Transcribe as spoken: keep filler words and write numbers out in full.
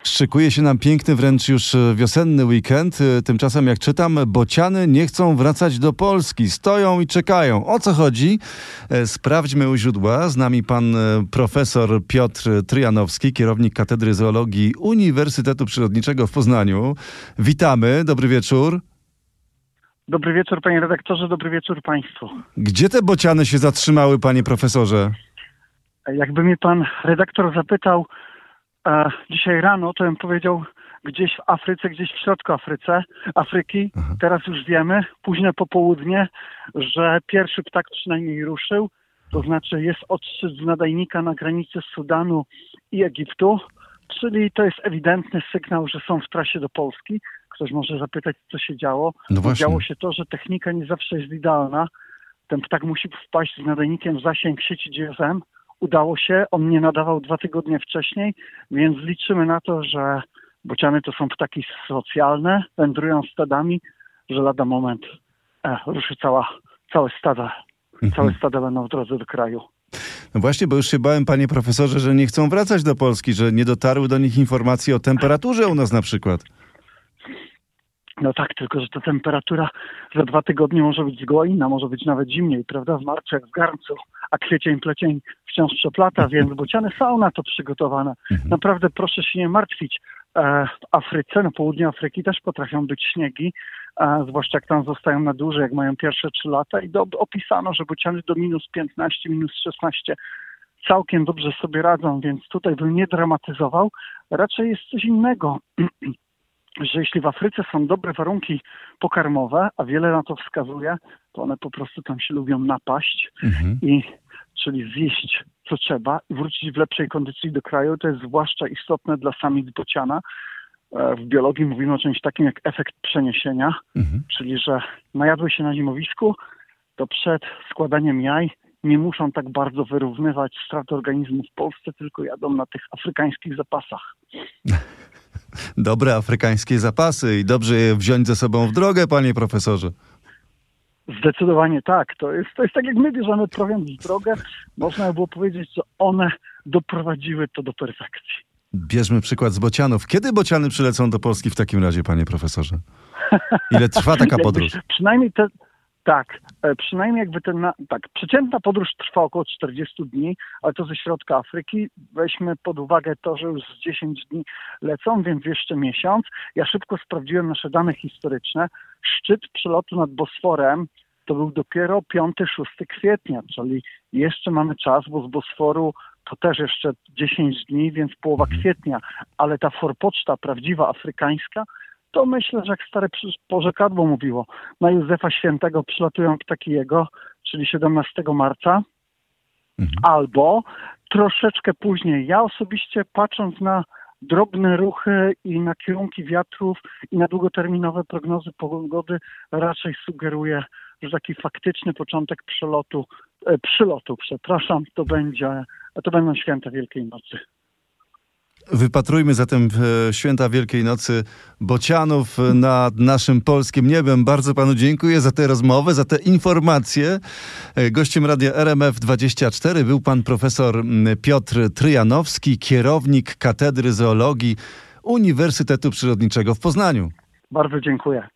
Szykuje się nam piękny, wręcz już wiosenny weekend. Tymczasem, jak czytam, bociany nie chcą wracać do Polski. Stoją i czekają. O co chodzi? Sprawdźmy u źródła. Z nami pan profesor Piotr Tryjanowski, kierownik Katedry Zoologii Uniwersytetu Przyrodniczego w Poznaniu. Witamy. Dobry wieczór. Dobry wieczór, panie redaktorze. Dobry wieczór państwu. Gdzie te bociany się zatrzymały, panie profesorze? Jakby mnie pan redaktor zapytał e, dzisiaj rano, to bym powiedział gdzieś w Afryce, gdzieś w środku Afryce, Afryki. Aha. Teraz już wiemy, późne popołudnie, że pierwszy ptak przynajmniej ruszył. To znaczy jest odszczyt z nadajnika na granicy Sudanu i Egiptu, czyli to jest ewidentny sygnał, że są w trasie do Polski. Ktoś może zapytać, co się działo. No działo się to, że technika nie zawsze jest idealna. Ten ptak musi wpaść z nadajnikiem w zasięg sieci G S M. Udało się, on nie nadawał dwa tygodnie wcześniej, więc liczymy na to, że bociany to są ptaki socjalne, wędrują stadami, że lada moment e, ruszy cała, całe stada. Mhm. Całe stada będą w drodze do kraju. No właśnie, bo już się bałem, panie profesorze, że nie chcą wracać do Polski, że nie dotarły do nich informacje o temperaturze u nas na przykład. No tak, tylko że ta temperatura za dwa tygodnie może być zgoła inna, może być nawet zimniej, prawda? W marcu jak w garncu, a kwiecień, plecień wciąż przeplata, więc bociany są na to przygotowane. Naprawdę proszę się nie martwić. E, w Afryce, na południu Afryki też potrafią być śniegi, e, zwłaszcza jak tam zostają na dłużej, jak mają pierwsze trzy lata i do, opisano, że bociany do minus piętnaście, minus szesnaście całkiem dobrze sobie radzą, więc tutaj bym nie dramatyzował. Raczej jest coś innego. Że jeśli w Afryce są dobre warunki pokarmowe, a wiele na to wskazuje, to one po prostu tam się lubią napaść, mhm. i czyli zjeść co trzeba i wrócić w lepszej kondycji do kraju. To jest zwłaszcza istotne dla samic bociana. W biologii mówimy o czymś takim jak efekt przeniesienia, mhm. czyli że najadły się na zimowisku, to przed składaniem jaj nie muszą tak bardzo wyrównywać strat organizmu w Polsce, tylko jadą na tych afrykańskich zapasach. Dobre afrykańskie zapasy i dobrze je wziąć ze sobą w drogę, panie profesorze. Zdecydowanie tak. To jest, to jest tak, jak my bierzemy prowiant w drogę. Można by było powiedzieć, że one doprowadziły to do perfekcji. Bierzmy przykład z bocianów. Kiedy bociany przylecą do Polski w takim razie, panie profesorze? Ile trwa taka podróż? Jakby, przynajmniej te... Tak, przynajmniej jakby ten, na, tak, przeciętna podróż trwa około czterdzieści dni, ale to ze środka Afryki. Weźmy pod uwagę to, że już z dziesięć dni lecą, więc jeszcze miesiąc. Ja szybko sprawdziłem nasze dane historyczne. Szczyt przelotu nad Bosforem to był dopiero piątego szóstego kwietnia, czyli jeszcze mamy czas, bo z Bosforu to też jeszcze dziesięć dni, więc połowa kwietnia, ale ta forpoczta prawdziwa, afrykańska, to myślę, że jak stare porzekadło mówiło, na Józefa Świętego przylatują ptaki jego, czyli siedemnastego marca, mhm. albo troszeczkę później. Ja osobiście, patrząc na drobne ruchy i na kierunki wiatrów i na długoterminowe prognozy pogody, raczej sugeruję, że taki faktyczny początek przelotu, e, przylotu, przepraszam, to będzie, to będą święta Wielkiej Nocy. Wypatrujmy zatem święta Wielkiej Nocy bocianów nad naszym polskim niebem. Bardzo panu dziękuję za tę rozmowę, za te informacje. Gościem Radia R M F dwadzieścia cztery był pan profesor Piotr Tryjanowski, kierownik Katedry Zoologii Uniwersytetu Przyrodniczego w Poznaniu. Bardzo dziękuję.